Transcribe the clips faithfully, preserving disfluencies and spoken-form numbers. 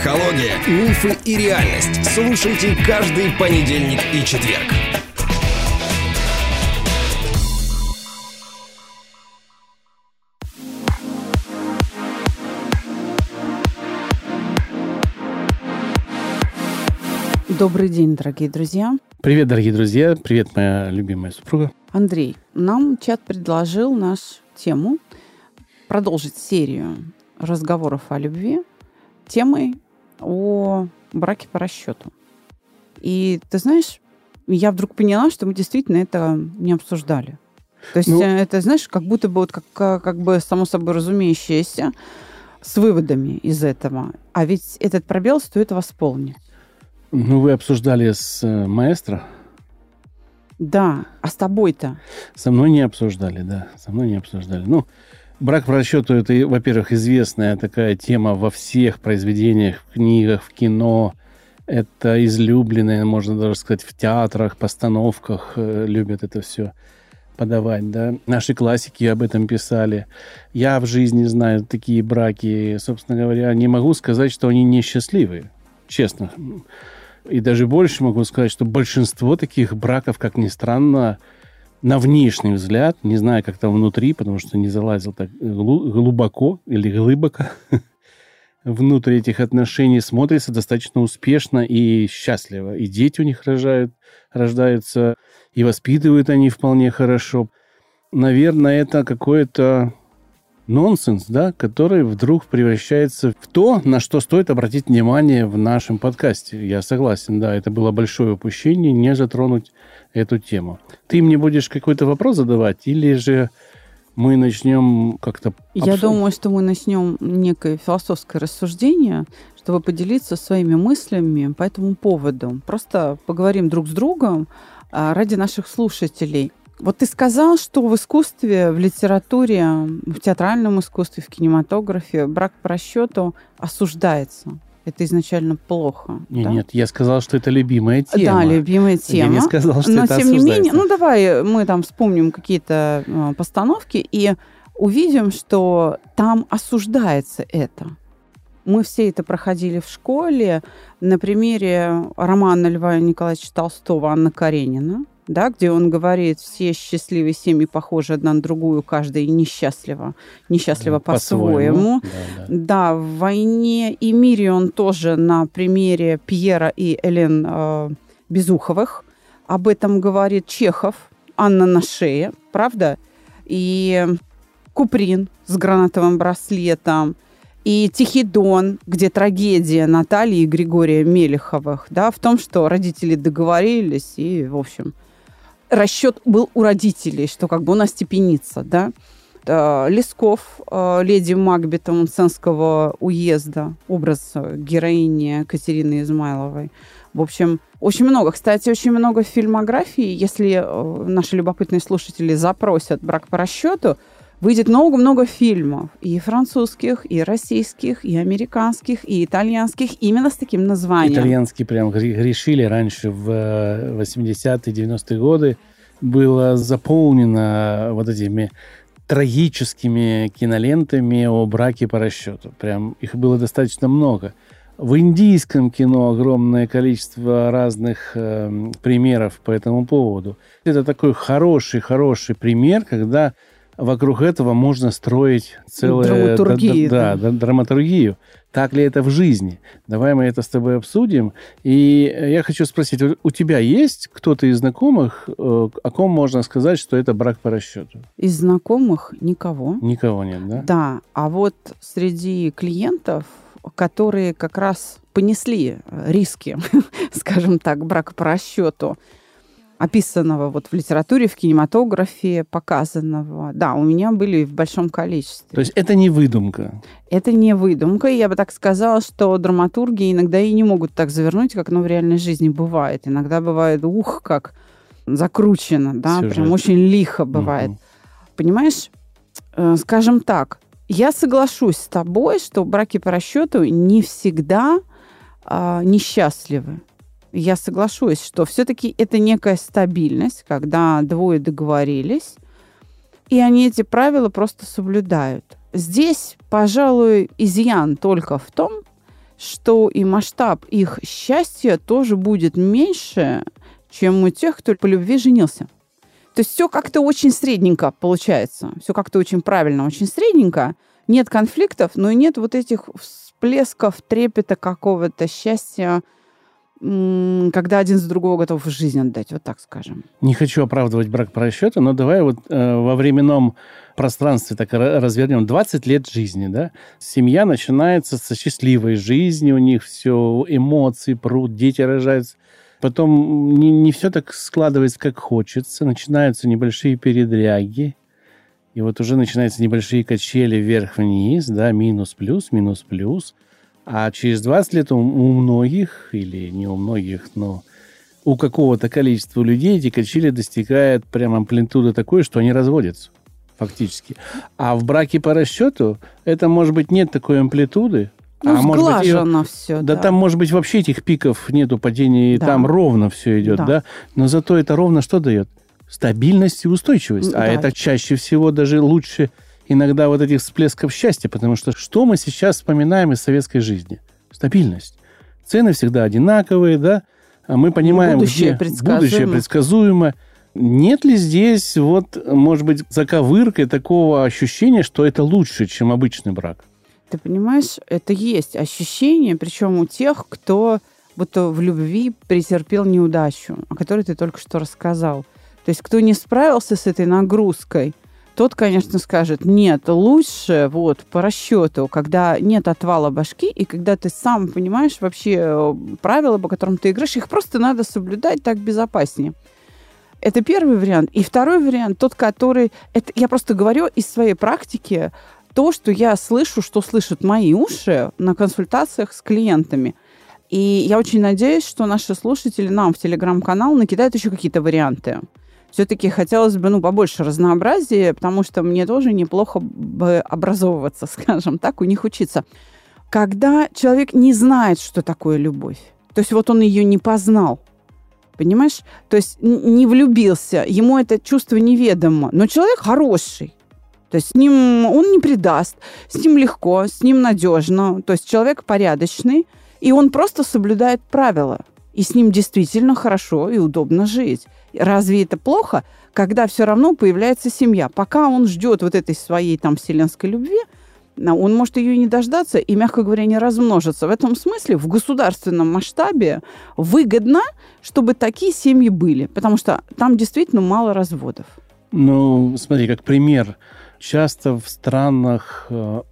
Психология, мифы и реальность. Слушайте каждый понедельник и четверг. Добрый день, дорогие друзья. Привет, дорогие друзья. Привет, моя любимая супруга. Андрей, нам чат предложил нашу тему продолжить серию разговоров о любви темой о браке по расчету. И ты знаешь, я вдруг поняла, что мы действительно это не обсуждали. То есть ну, это, знаешь, как будто бы вот как, как бы само собой разумеющееся с выводами из этого. А ведь этот пробел стоит восполнить. Ну, вы обсуждали с маэстро? Да. А с тобой-то? Со мной не обсуждали, да. Со мной не обсуждали. Ну, брак по расчету – это, во-первых, известная такая тема во всех произведениях, в книгах, в кино. Это излюбленное, можно даже сказать, в театрах, постановках любят это все подавать, да. Наши классики об этом писали. Я в жизни знаю такие браки. Собственно говоря, не могу сказать, что они несчастливые. Честно. И даже больше могу сказать, что большинство таких браков, как ни странно, на внешний взгляд, не знаю, как там внутри, потому что не залазил так глубоко или глубоко внутрь этих отношений, смотрится достаточно успешно и счастливо. И дети у них рожают, рождаются, и воспитывают они вполне хорошо. Наверное, это какое-то нонсенс, да, который вдруг превращается в то, на что стоит обратить внимание в нашем подкасте. Я согласен, да, это было большое упущение не затронуть эту тему. Ты мне будешь какой-то вопрос задавать, или же мы начнем как-то... Я обсуждать? думаю, что мы начнем некое философское рассуждение, чтобы поделиться своими мыслями по этому поводу. Просто поговорим друг с другом ради наших слушателей. Вот ты сказал, что в искусстве, в литературе, в театральном искусстве, в кинематографе брак по расчету осуждается. Это изначально плохо. Нет, да? нет, я сказал, что это любимая тема. Да, любимая тема. Я не сказал, что Но, это тем не осуждается. менее, ну давай мы там вспомним какие-то э, постановки и увидим, что там осуждается это. Мы все это проходили в школе на примере романа Льва Николаевича Толстого «Анна Каренина», да, где он говорит, все счастливые семьи похожи одна на другую, каждая несчастлива, несчастлива по-своему. по-своему. Да, да. да, в «Войне и мире» он тоже на примере Пьера и Элен э, Безуховых об этом говорит. Чехов, «Анна на шее», правда? И Куприн с гранатовым браслетом. И «Тихий Дон», где трагедия Натальи и Григория Мелеховых, да, в том, что родители договорились, и, в общем, расчет был у родителей, что как бы он остепенится, да. Лесков, леди Макбет Мценского уезда, образ героини Катерины Измайловой. В общем, очень много. Кстати, очень много фильмографии. Если наши любопытные слушатели запросят «Брак по расчету», выйдет много-много фильмов, и французских, и российских, и американских, и итальянских, именно с таким названием. Итальянские прям грешили раньше, в восьмидесятые, девяностые годы. Было заполнено вот этими трагическими кинолентами о браке по расчету. Прям их было достаточно много. В индийском кино огромное количество разных э, примеров по этому поводу. Это такой хороший-хороший пример, когда вокруг этого можно строить целую драматургию. Да, да, да, драматургию. Так ли это в жизни? Давай мы это с тобой обсудим. И я хочу спросить, у тебя есть кто-то из знакомых, о ком можно сказать, что это брак по расчету? Из знакомых никого. Никого нет, да? Да. А вот среди клиентов, которые как раз понесли риски, скажем так, брака по расчету, описанного вот в литературе, в кинематографе, показанного. Да, у меня были в большом количестве. То есть это не выдумка? Это не выдумка. Я бы так сказала, что драматурги иногда и не могут так завернуть, как оно в реальной жизни бывает. Иногда бывает, ух, как закручено, да, сюжет. Прям очень лихо бывает. Угу. Понимаешь, э, скажем так, я соглашусь с тобой, что браки по расчету не всегда э, несчастливы. Я соглашусь, что все-таки это некая стабильность, когда двое договорились, и они эти правила просто соблюдают. Здесь, пожалуй, изъян только в том, что и масштаб их счастья тоже будет меньше, чем у тех, кто по любви женился. То есть все как-то очень средненько получается. Все как-то очень правильно, очень средненько. Нет конфликтов, но и нет вот этих всплесков трепета какого-то счастья, когда один за другого готов жизнь отдать, вот так скажем. Не хочу оправдывать брак по расчету, но давай вот э, во временном пространстве так развернем. двадцать лет жизни, да? Семья начинается со счастливой жизни, у них все, эмоции прут, дети рожаются. Потом не, не все так складывается, как хочется. Начинаются небольшие передряги. И вот уже начинаются небольшие качели вверх-вниз, да, минус-плюс, минус-плюс. А через двадцать лет у, у многих, или не у многих, но у какого-то количества людей эти качели достигают прям амплитуды такой, что они разводятся фактически. А в браке по расчету это, может быть, нет такой амплитуды. Ну, а может быть, сглажено все. Да, да, там, может быть, вообще этих пиков нету падений, да. Там ровно все идет, да. да. Но зато это ровно что дает? Стабильность и устойчивость. Да. А это чаще всего даже лучше иногда вот этих всплесков счастья, потому что что мы сейчас вспоминаем из советской жизни? Стабильность. Цены всегда одинаковые, да? А мы понимаем, будущее где предсказуемо. будущее предсказуемо. Нет ли здесь, вот, может быть, заковыркой такого ощущения, что это лучше, чем обычный брак? Ты понимаешь, это есть ощущение, причем у тех, кто будто в любви претерпел неудачу, о которой ты только что рассказал. То есть кто не справился с этой нагрузкой, тот, конечно, скажет, нет, лучше вот по расчету, когда нет отвала башки, и когда ты сам понимаешь вообще правила, по которым ты играешь, их просто надо соблюдать, так безопаснее. Это первый вариант. И второй вариант, тот, который... Это, я просто говорю из своей практики, то, что я слышу, что слышат мои уши на консультациях с клиентами. И я очень надеюсь, что наши слушатели нам в Телеграм-канал накидают еще какие-то варианты. Все-таки хотелось бы, ну, побольше разнообразия, потому что мне тоже неплохо бы образовываться, скажем так, у них учиться. Когда человек не знает, что такое любовь, то есть вот он ее не познал, понимаешь? То есть не влюбился, ему это чувство неведомо, но человек хороший. То есть с ним он не предаст, с ним легко, с ним надежно. То есть человек порядочный, и он просто соблюдает правила. И с ним действительно хорошо и удобно жить. Разве это плохо, когда все равно появляется семья? Пока он ждет вот этой своей там вселенской любви, он может ее не дождаться и, мягко говоря, не размножиться. В этом смысле в государственном масштабе выгодно, чтобы такие семьи были, потому что там действительно мало разводов. Ну, смотри, как пример. Часто в странах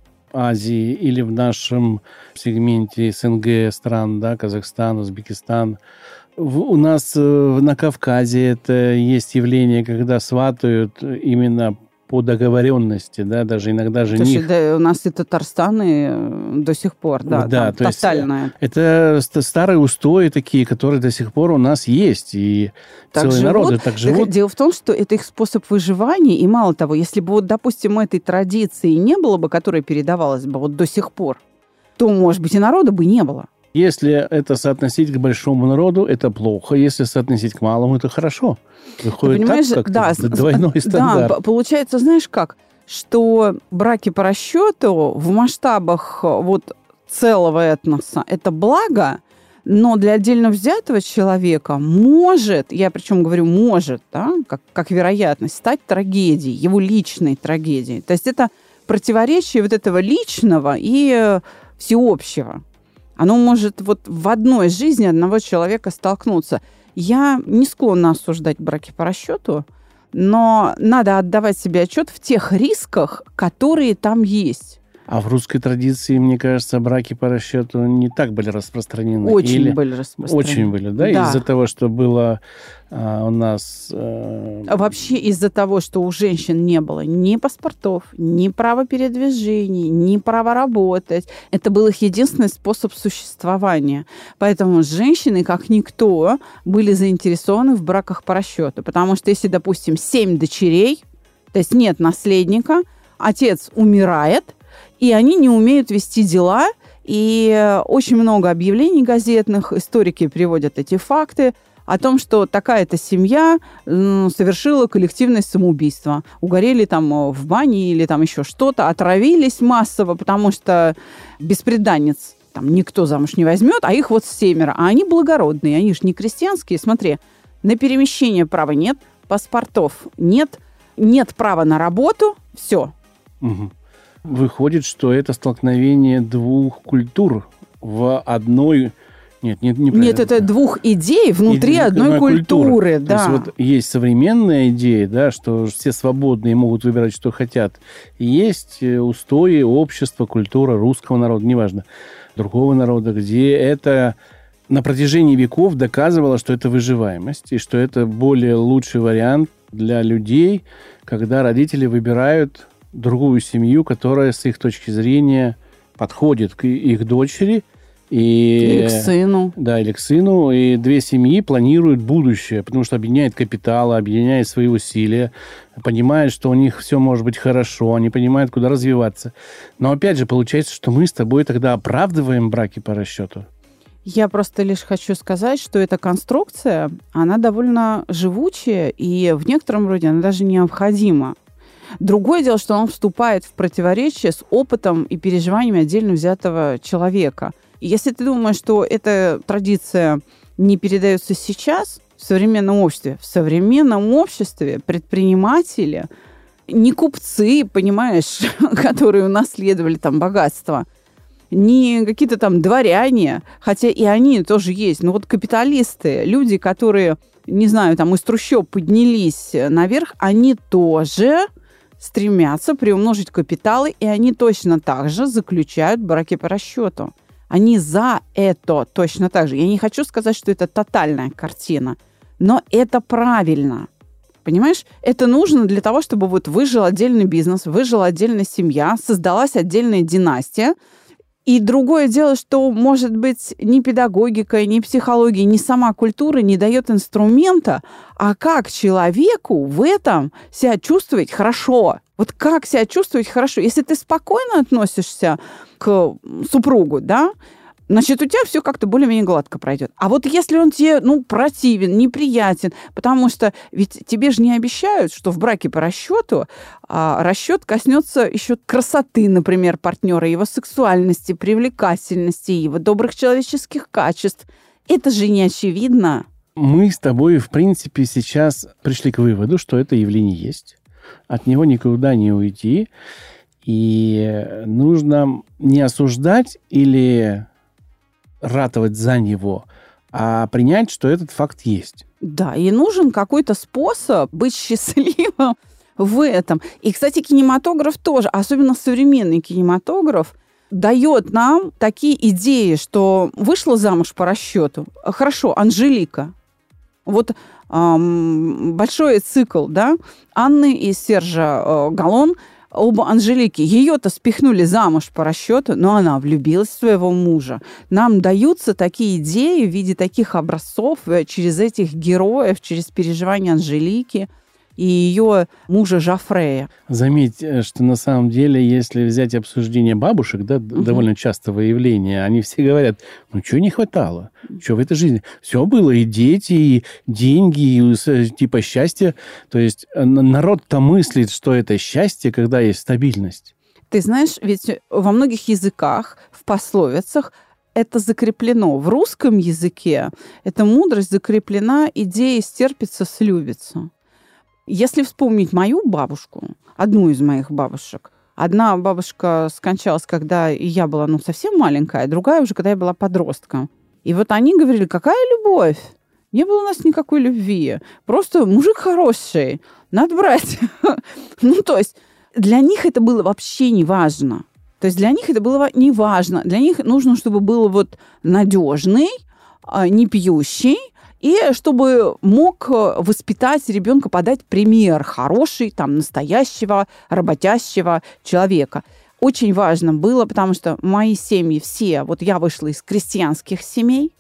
Азии или в нашем сегменте СНГ стран, да, Казахстан, Узбекистан, в, у нас на Кавказе это есть явление, когда сватают именно по договоренности, да, даже иногда жених... Слушай, да, у нас и Татарстан и до сих пор, да, да, там тотальное. Это старые устои такие, которые до сих пор у нас есть, и так целые живут. Народы так живут. Так, дело в том, что это их способ выживания, и мало того, если бы, вот, допустим, этой традиции не было бы, которая передавалась бы вот до сих пор, то, может быть, и народа бы не было. Если это соотносить к большому народу, это плохо. Если соотносить к малому, это хорошо. Выходит так, как да, двойной стандарт. Да, получается, знаешь как, что браки по расчету в масштабах вот целого этноса это благо, но для отдельно взятого человека может, я причем говорю может, да, как, как вероятность, стать трагедией, его личной трагедией. То есть это противоречие вот этого личного и всеобщего. Оно может вот в одной жизни одного человека столкнуться. Я не склонна осуждать браки по расчету, но надо отдавать себе отчет в тех рисках, которые там есть. А в русской традиции, мне кажется, браки по расчету не так были распространены. Очень Или... были распространены. Очень были, да? да. Из-за того, что было а, у нас... А... Вообще из-за того, что у женщин не было ни паспортов, ни права передвижений, ни права работать. Это был их единственный способ существования. Поэтому женщины, как никто, были заинтересованы в браках по расчету. Потому что если, допустим, семь дочерей, то есть нет наследника, отец умирает, и они не умеют вести дела, и очень много объявлений газетных, историки приводят эти факты о том, что такая-то семья совершила коллективное самоубийство. Угорели там в бане или там еще что-то, отравились массово, потому что бесприданниц там никто замуж не возьмет, а их вот семеро. А они благородные, они же не крестьянские. Смотри, на перемещение права нет, паспортов нет, нет права на работу, все. Угу. Выходит, что это столкновение двух культур в одной... Нет, нет, не Нет, это двух идей внутри Иде... одной, одной культуры. культуры. Да. То есть вот есть современная идея, да, что все свободные могут выбирать, что хотят. И есть устои общества, культура русского народа, неважно, другого народа, где это на протяжении веков доказывало, что это выживаемость, и что это более лучший вариант для людей, когда родители выбирают другую семью, которая с их точки зрения подходит к их дочери, И, или к сыну. Да, или к сыну. И две семьи планируют будущее, потому что объединяет капиталы, объединяет свои усилия, понимают, что у них все может быть хорошо, они понимают, куда развиваться. Но опять же, получается, что мы с тобой тогда оправдываем браки по расчету. Я просто лишь хочу сказать, что эта конструкция, она довольно живучая, и в некотором роде она даже необходима. Другое дело, что он вступает в противоречие с опытом и переживаниями отдельно взятого человека. И если ты думаешь, что эта традиция не передается сейчас в современном обществе, в современном обществе предприниматели, не купцы, понимаешь, которые унаследовали там богатство, не какие-то там дворяне, хотя и они тоже есть, но вот капиталисты, люди, которые, не знаю, там из трущоб поднялись наверх, они тоже стремятся приумножить капиталы, и они точно так же заключают браки по расчету. Они за это точно так же. Я не хочу сказать, что это тотальная картина, но это правильно. Понимаешь? Это нужно для того, чтобы вот выжил отдельный бизнес, выжила отдельная семья, создалась отдельная династия. И другое дело, что, может быть, ни педагогика, ни психология, ни сама культура не дает инструмента, а как человеку в этом себя чувствовать хорошо. Вот как себя чувствовать хорошо? Если ты спокойно относишься к супругу, да, значит, у тебя все как-то более-менее гладко пройдет. А вот если он тебе, ну, противен, неприятен, потому что ведь тебе же не обещают, что в браке по расчету а, расчет коснется еще красоты, например, партнера, его сексуальности, привлекательности, его добрых человеческих качеств. Это же не очевидно. Мы с тобой, в принципе, сейчас пришли к выводу, что это явление есть. От него никуда не уйти. И нужно не осуждать или ратовать за него, а принять, что этот факт есть. Да, и нужен какой-то способ быть счастливым в этом. И, кстати, кинематограф тоже, особенно современный кинематограф, дает нам такие идеи, что вышла замуж по расчету. Хорошо, Анжелика. Вот эм, большой цикл, да, Анны и Сержа э, Галлон, оба Анжелики. Ее-то спихнули замуж по расчету, но она влюбилась в своего мужа. Нам даются такие идеи в виде таких образцов через этих героев, через переживания Анжелики и ее мужа Жофрея. Заметь, что на самом деле, если взять обсуждение бабушек, да, угу. довольно частого явления, они все говорят, ну, чего не хватало? Что в этой жизни? Все было, и дети, и деньги, и типа счастье. То есть народ-то мыслит, что это счастье, когда есть стабильность. Ты знаешь, ведь во многих языках, в пословицах, это закреплено. В русском языке эта мудрость закреплена идеей «стерпится, слюбится». Если вспомнить мою бабушку, одну из моих бабушек, одна бабушка скончалась, когда я была ну, совсем маленькая, другая уже, когда я была подростком. И вот они говорили, какая любовь? Не было у нас никакой любви. Просто мужик хороший, надо брать. Ну, то есть для них это было вообще не важно. То есть для них это было не важно. Для них нужно, чтобы был вот надежный, не пьющий, и чтобы мог воспитать ребенка, подать пример хороший, там, настоящего, работящего человека. Очень важно было, потому что мои семьи все, вот я вышла из крестьянских семей,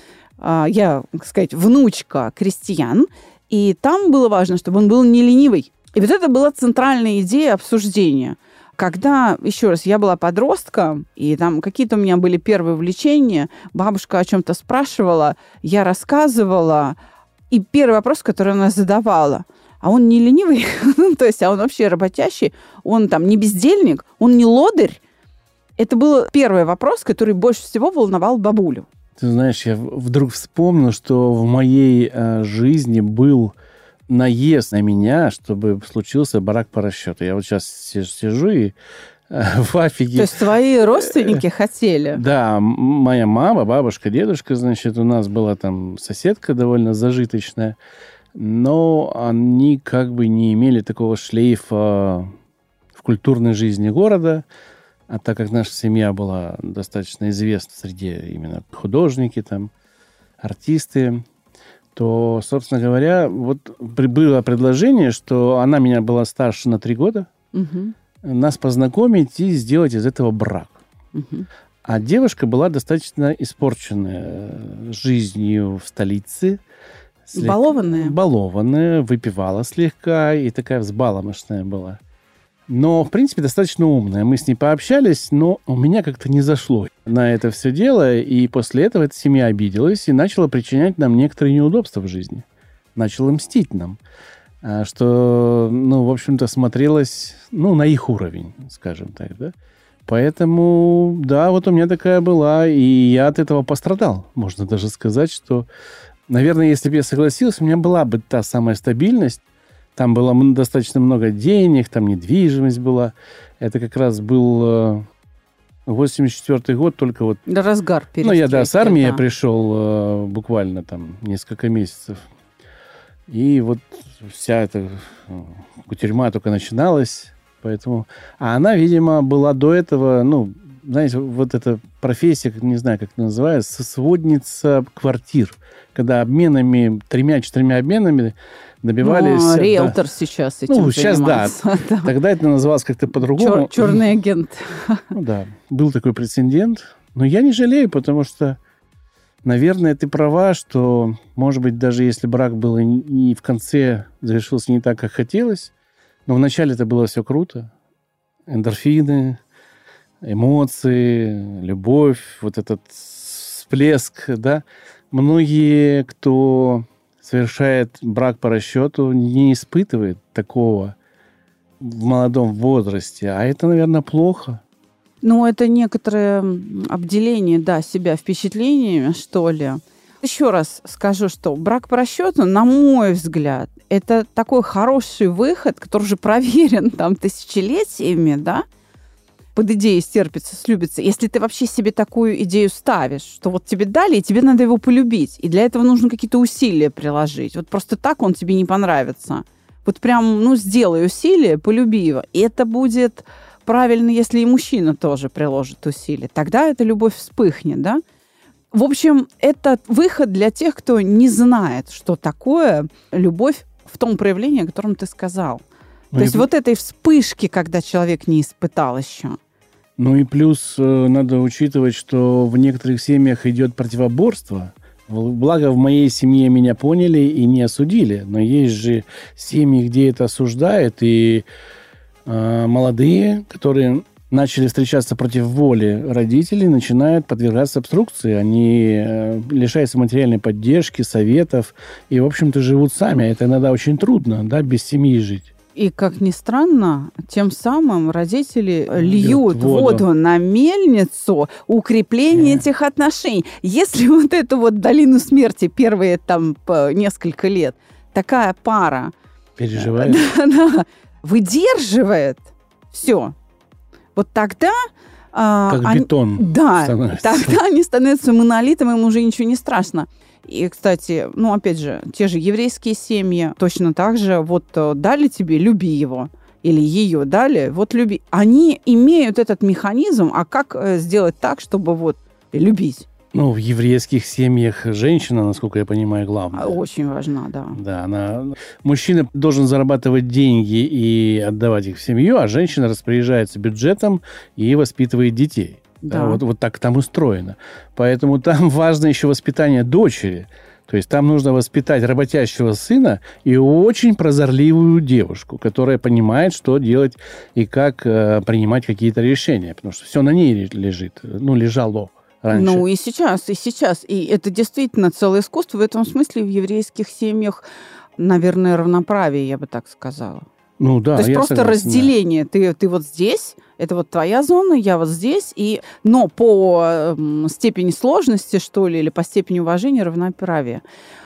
я, так сказать, внучка крестьян, и там было важно, чтобы он был не ленивый. И вот это была центральная идея обсуждения. Когда, еще раз, я была подростком, и там какие-то у меня были первые увлечения, бабушка о чем-то спрашивала, я рассказывала, и первый вопрос, который она задавала, а он не ленивый, то есть, а он вообще работящий, он там не бездельник, он не лодырь. Это был первый вопрос, который больше всего волновал бабулю. Ты знаешь, я вдруг вспомнил, что в моей э, жизни был наезд на меня, чтобы случился брак по расчету. Я вот сейчас сижу и э, в афиге. То есть твои родственники хотели? Да, моя мама, бабушка, дедушка, значит, у нас была там соседка довольно зажиточная, но они как бы не имели такого шлейфа в культурной жизни города. А так как наша семья была достаточно известна среди именно художники, там, артисты, то, собственно говоря, вот было предложение, что она меня была старше на три года, угу. нас познакомить и сделать из этого брак. Угу. А девушка была достаточно испорченная жизнью в столице. Слегка, балованная? Балованная, выпивала слегка и такая взбаломошная была. Но, в принципе, достаточно умная. Мы с ней пообщались, но у меня как-то не зашло на это все дело. И после этого эта семья обиделась и начала причинять нам некоторые неудобства в жизни. Начала мстить нам. Что, ну, в общем-то, смотрелось, ну, на их уровень, скажем так, да. Поэтому, да, вот у меня такая была, и я от этого пострадал. Можно даже сказать, что, наверное, если бы я согласился, у меня была бы та самая стабильность. Там было достаточно много денег, там недвижимость была. Это как раз был восемьдесят четвёртый год, только вот... Да, разгар перестройки. Ну, я, да, с армии да. я пришел буквально там несколько месяцев. И вот вся эта кутерьма только начиналась. Поэтому... А она, видимо, была до этого, ну, знаете, вот эта профессия, не знаю, как это называется, сводница квартир. Когда обменами, тремя-четырьмя обменами добивались... Ну, риэлтор да. сейчас этим Ну, сейчас, да. да. Тогда это называлось как-то по-другому. Чер- черный агент. Ну, да. Был такой прецедент. Но я не жалею, потому что, наверное, ты права, что, может быть, даже если брак был и в конце завершился не так, как хотелось, но вначале это было все круто. Эндорфины, эмоции, любовь, вот этот всплеск, да. Многие, кто совершает брак по расчету, не испытывает такого в молодом возрасте. А это, наверное, плохо. Ну, это некоторое обделение, да, себя впечатлениями, что ли. Еще раз скажу, что брак по расчету, на мой взгляд, это такой хороший выход, который уже проверен там тысячелетиями, да, под идеей стерпится, слюбится, если ты вообще себе такую идею ставишь, что вот тебе дали, и тебе надо его полюбить. И для этого нужно какие-то усилия приложить. Вот просто так он тебе не понравится. Вот прям, ну, сделай усилия, полюби его. И это будет правильно, если и мужчина тоже приложит усилия. Тогда эта любовь вспыхнет, да? В общем, это выход для тех, кто не знает, что такое любовь в том проявлении, о котором ты сказал. Ну, То есть и... вот этой вспышки, когда человек не испытал еще. Ну и плюс э, надо учитывать, что в некоторых семьях идет противоборство. Благо в моей семье меня поняли и не осудили. Но есть же семьи, где это осуждают. И э, молодые, которые начали встречаться против воли родителей, начинают подвергаться обструкции. Они э, лишаются материальной поддержки, советов. И, в общем-то, живут сами. Это иногда очень трудно, да, без семьи жить. И, как ни странно, тем самым родители льют воду. воду на мельницу укрепления yeah. этих отношений. Если вот эту вот долину смерти первые там несколько лет такая пара переживает, да, да, выдерживает все, вот тогда... Как они, бетон да, становится. Тогда они становятся монолитом, им уже ничего не страшно. И, кстати, ну, опять же, те же еврейские семьи точно так же, вот дали тебе, люби его, или ее дали, вот люби. Они имеют этот механизм, а как сделать так, чтобы вот любить? Ну, в еврейских семьях женщина, насколько я понимаю, главная. Очень важна, да. Да, она... Мужчина должен зарабатывать деньги и отдавать их в семью, а женщина распоряжается бюджетом и воспитывает детей. Да. Да, вот, вот так там устроено. Поэтому там важно еще воспитание дочери. То есть там нужно воспитать работящего сына и очень прозорливую девушку, которая понимает, что делать и как э, принимать какие-то решения. Потому что все на ней лежит. Ну, лежало раньше. Ну, и сейчас, и сейчас. И это действительно целое искусство. В этом смысле в еврейских семьях, наверное, равноправие, я бы так сказала. Ну да, То есть я просто согласен, разделение. Да. Ты, ты вот здесь, это вот твоя зона, я вот здесь. И, но по э, степени сложности, что ли, или по степени уважения равноправия.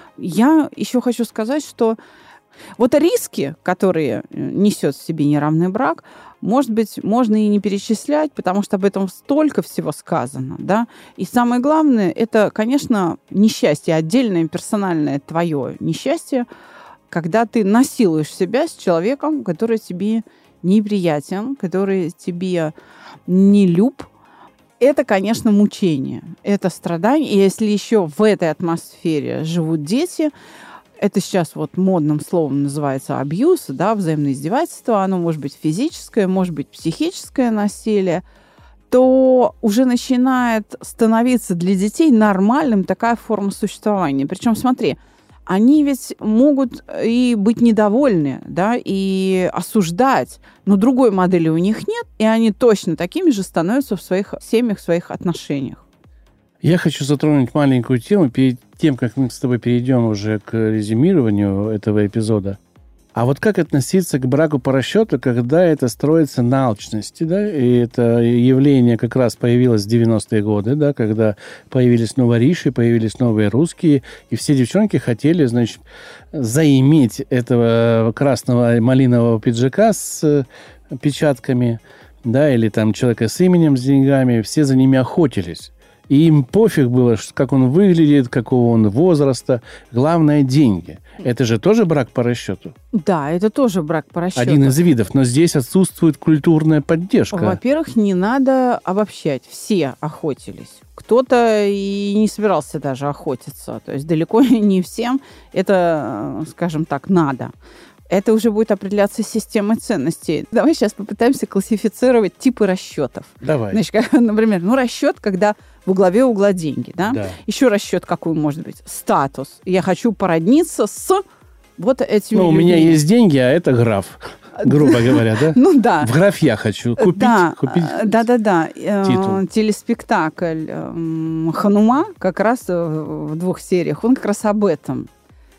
Я еще хочу сказать, что вот риски, которые несет в себе неравный брак, может быть, можно и не перечислять, потому что об этом столько всего сказано, да. И самое главное, это, конечно, несчастье, отдельное, персональное твое несчастье, когда ты насилуешь себя с человеком, который тебе неприятен, который тебе не люб. Это, конечно, мучение, это страдание. И если еще в этой атмосфере живут дети, это сейчас вот модным словом называется абьюз, да, взаимное издевательство, оно может быть физическое, может быть психическое насилие, то уже начинает становиться для детей нормальным такая форма существования. Причем, смотри, они ведь могут и быть недовольны, да, и осуждать, но другой модели у них нет, и они точно такими же становятся в своих семьях, в своих отношениях. Я хочу затронуть маленькую тему перед тем, как мы с тобой перейдем уже к резюмированию этого эпизода. А вот как относиться к браку по расчету, когда это строится на алчности, да, и это явление как раз появилось в девяностые годы, да, когда появились новориши, появились новые русские, и все девчонки хотели, значит, заиметь этого красного малинового пиджака с печатками, да, или там человека с именем, с деньгами, все за ними охотились. И им пофиг было, как он выглядит, какого он возраста. Главное – деньги. Это же тоже брак по расчету? Да, это тоже брак по расчету. Один из видов. Но здесь отсутствует культурная поддержка. Во-первых, не надо обобщать. Все охотились. Кто-то и не собирался даже охотиться. То есть далеко не всем это, скажем так, надо. Это уже будет определяться системой ценностей. Давай сейчас попытаемся классифицировать типы расчетов. Давай. Значит, как, например, ну, расчет, когда в главе угла деньги, да? Да. Еще расчет какой может быть? Статус. Я хочу породниться с вот этими Ну, людьми. у меня есть деньги, а это граф, грубо говоря, да? Ну, да. В граф я хочу купить, да, купить да, да, да. титул. Телеспектакль «Ханума» как раз в двух сериях, он как раз об этом.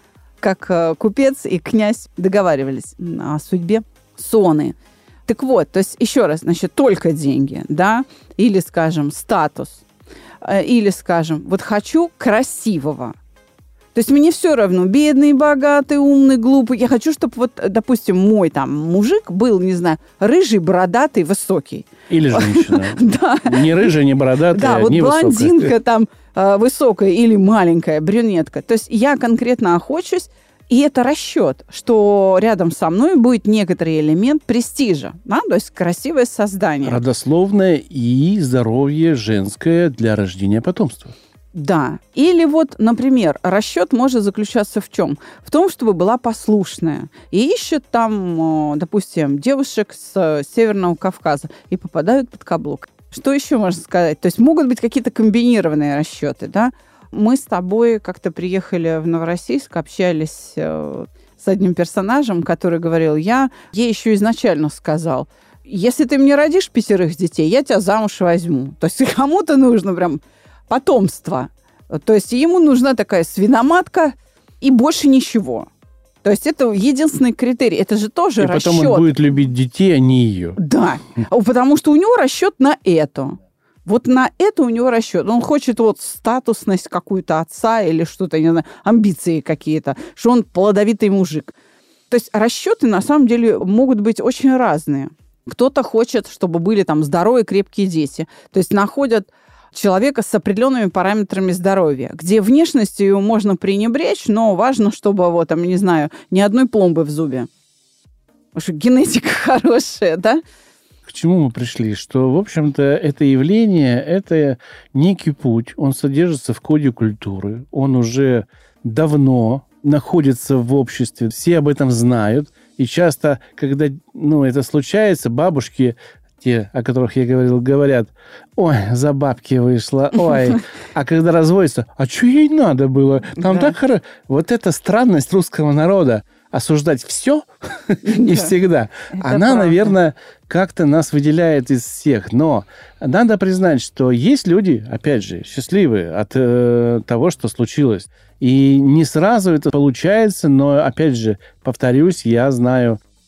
Как купец и князь договаривались о судьбе Соны. Так вот, то есть, еще раз, значит, только деньги, да, или, скажем, статус, или, скажем, вот хочу красивого. То есть мне все равно, бедный, богатый, умный, глупый. Я хочу, чтобы вот, допустим, мой там мужик был, не знаю, рыжий, бородатый, высокий. Или женщина. Да. Не рыжая, не бородатая, да, вот не высокая. блондинка там высокая или маленькая, брюнетка. То есть я конкретно охочусь, и это расчет, что рядом со мной будет некоторый элемент престижа, да? То есть красивое создание. Родословное и здоровье женское для рождения потомства. Да. Или вот, например, расчет может заключаться в чем? В том, чтобы была послушная. И ищут там, допустим, девушек с Северного Кавказа и попадают под каблук. Что еще можно сказать? То есть могут быть какие-то комбинированные расчеты, да? Мы с тобой как-то приехали в Новороссийск, общались э, с одним персонажем, который говорил, я ей еще изначально сказал, если ты мне родишь пятерых детей, я тебя замуж возьму. То есть кому-то нужно прям потомство. То есть ему нужна такая свиноматка и больше ничего. То есть это единственный критерий. Это же тоже и расчет. И потом он будет любить детей, а не ее. Да, потому что у него расчет на это. Вот на это у него расчет. Он хочет вот статусность какую-то отца или что-то, не знаю, амбиции какие-то, что он плодовитый мужик. То есть расчеты на самом деле могут быть очень разные. Кто-то хочет, чтобы были там здоровые, крепкие дети. То есть находят человека с определенными параметрами здоровья, где внешностью можно пренебречь, но важно, чтобы, вот, там, не знаю, ни одной пломбы в зубе. Потому что генетика хорошая, да? К чему мы пришли? Что, в общем-то, это явление, это некий путь, он содержится в коде культуры, он уже давно находится в обществе, все об этом знают, и часто, когда ну, это случается, бабушки, те, о которых я говорил, говорят, ой, за бабки вышла, ой, а когда разводится, а что ей надо было? Там да. так хорошо. Вот эта странность русского народа, осуждать все и всегда. Она, наверное, как-то нас выделяет из всех. Но надо признать, что есть люди, опять же, счастливые от э, того, что случилось. И не сразу это получается, но, опять же, повторюсь, я знаю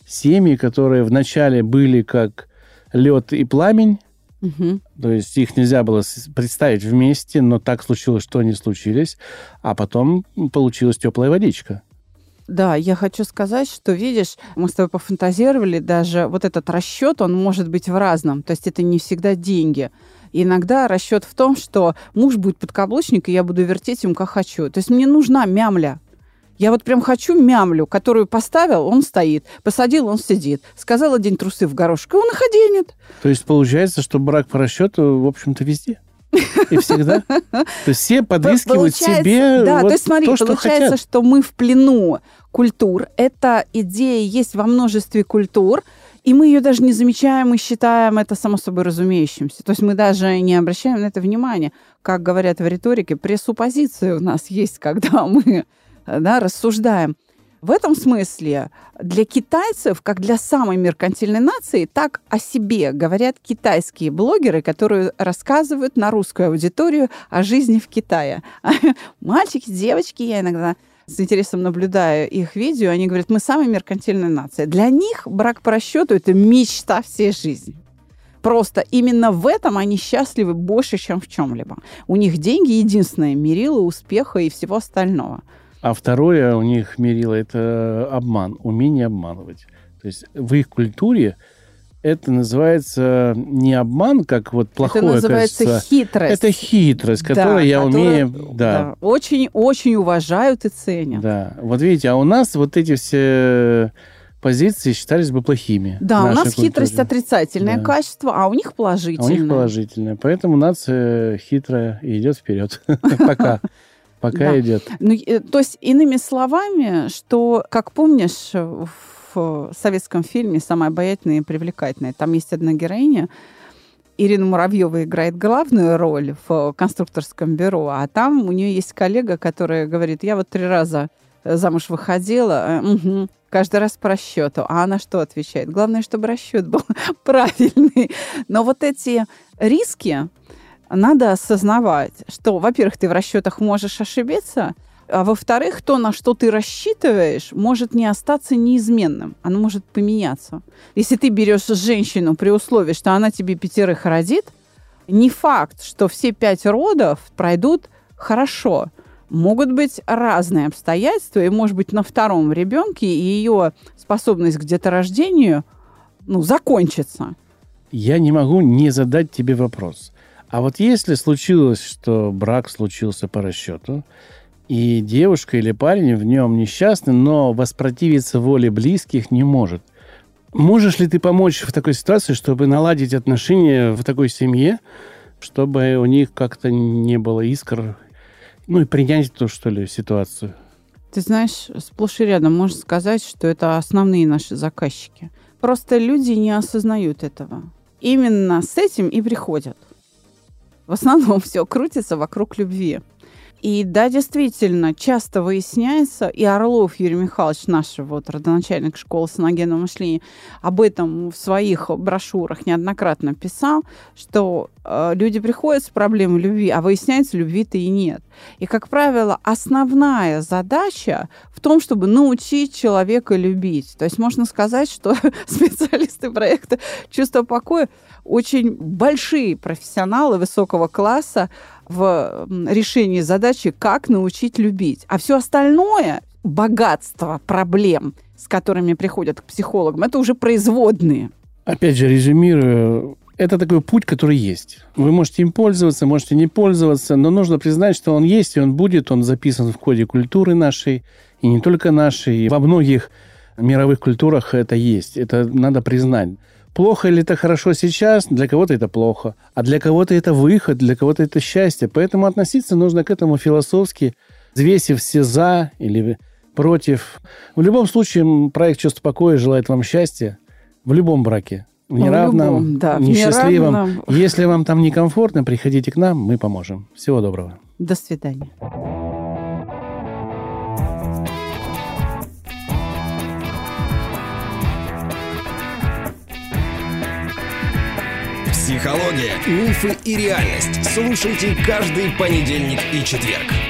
семьи, которые вначале были как лед и пламень, Угу. то есть их нельзя было представить вместе, но так случилось, что они случились, а потом получилась теплая водичка. Да, я хочу сказать, что, видишь, мы с тобой пофантазировали, даже вот этот расчет, он может быть в разном. То есть это не всегда деньги. И иногда расчет в том, что муж будет подкаблучник, и я буду вертеть им, как хочу. То есть мне нужна мямля. Я вот прям хочу мямлю, которую поставил, он стоит. Посадил, он сидит. Сказал, одень трусы в горошек, и он их оденет. То есть получается, что брак по расчету, в общем-то, везде. И всегда. То есть все подыскивают себе да, вот то есть смотри, то, что получается, хотят. что мы в плену культур. Эта идея есть во множестве культур, и мы ее даже не замечаем и считаем это само собой разумеющимся. То есть мы даже не обращаем на это внимания. Как говорят в риторике, пресуппозиции у нас есть, когда мы, да, рассуждаем. В этом смысле для китайцев, как для самой меркантильной нации, так о себе говорят китайские блогеры, которые рассказывают на русскую аудиторию о жизни в Китае. Мальчики, девочки, я иногда с интересом наблюдаю их видео, они говорят, мы самая меркантильная нация. Для них брак по расчету – это мечта всей жизни. Просто именно в этом они счастливы больше, чем в чем-либо. У них деньги – единственное мерило успеха и всего остального. А второе у них мерило – это обман, умение обманывать. То есть в их культуре это называется не обман, как вот плохое Это называется качество. хитрость. Это хитрость, которую да, я которую, умею... Да. Да, очень-очень уважают и ценят. Да. Вот видите, а у нас вот эти все позиции считались бы плохими. Да, у нас культуре. Хитрость отрицательное да. качество, а у них положительное. А у них положительное. Поэтому нация хитрая и идет вперед. Пока. Пока идет. Ну, то есть, иными словами, что, как помнишь, в советском фильме «Самая обаятельная и привлекательная», там есть одна героиня, Ирина Муравьева играет главную роль в конструкторском бюро, а там у нее есть коллега, которая говорит, я вот три раза замуж выходила, угу, каждый раз по расчету. А она что отвечает? Главное, чтобы расчет был правильный. Но вот эти риски надо осознавать, что, во-первых, ты в расчетах можешь ошибиться, а во-вторых, то, на что ты рассчитываешь, может не остаться неизменным. Оно может поменяться. Если ты берешь женщину при условии, что она тебе пятерых родит, не факт, что все пять родов пройдут хорошо. Могут быть разные обстоятельства, и, может быть, на втором ребенке ее способность к деторождению, ну, закончится. Я не могу не задать тебе вопрос. А вот если случилось, что брак случился по расчету, и девушка или парень в нем несчастны, но воспротивиться воле близких не может, можешь ли ты помочь в такой ситуации, чтобы наладить отношения в такой семье, чтобы у них как-то не было искр, ну и принять эту, что ли, ситуацию? Ты знаешь, сплошь и рядом можно сказать, что это основные наши заказчики. Просто люди не осознают этого. Именно с этим и приходят. В основном все крутится вокруг любви. И да, действительно, часто выясняется, и Орлов Юрий Михайлович, наш вот родоначальник школы саногенного мышления, об этом в своих брошюрах неоднократно писал, что э, люди приходят с проблемой любви, а выясняется, любви-то и нет. И, как правило, основная задача в том, чтобы научить человека любить. То есть можно сказать, что специалисты проекта «Чувство покоя» очень большие профессионалы высокого класса в решении задачи, как научить любить. А все остальное, богатство проблем, с которыми приходят к психологам, это уже производные. Опять же, резюмирую, это такой путь, который есть. Вы можете им пользоваться, можете не пользоваться, но нужно признать, что он есть, и он будет, он записан в коде культуры нашей, и не только нашей. И во многих мировых культурах это есть. Это надо признать. Плохо или это хорошо сейчас, для кого-то это плохо, а для кого-то это выход, для кого-то это счастье. Поэтому относиться нужно к этому философски, взвесив все за или против. В любом случае, проект «Чувство покоя» желает вам счастья в любом браке. В неравном, в любом, да, в несчастливом. неравном. Если вам там некомфортно, приходите к нам, мы поможем. Всего доброго. До свидания. Психология, мифы и реальность. Слушайте каждый понедельник и четверг.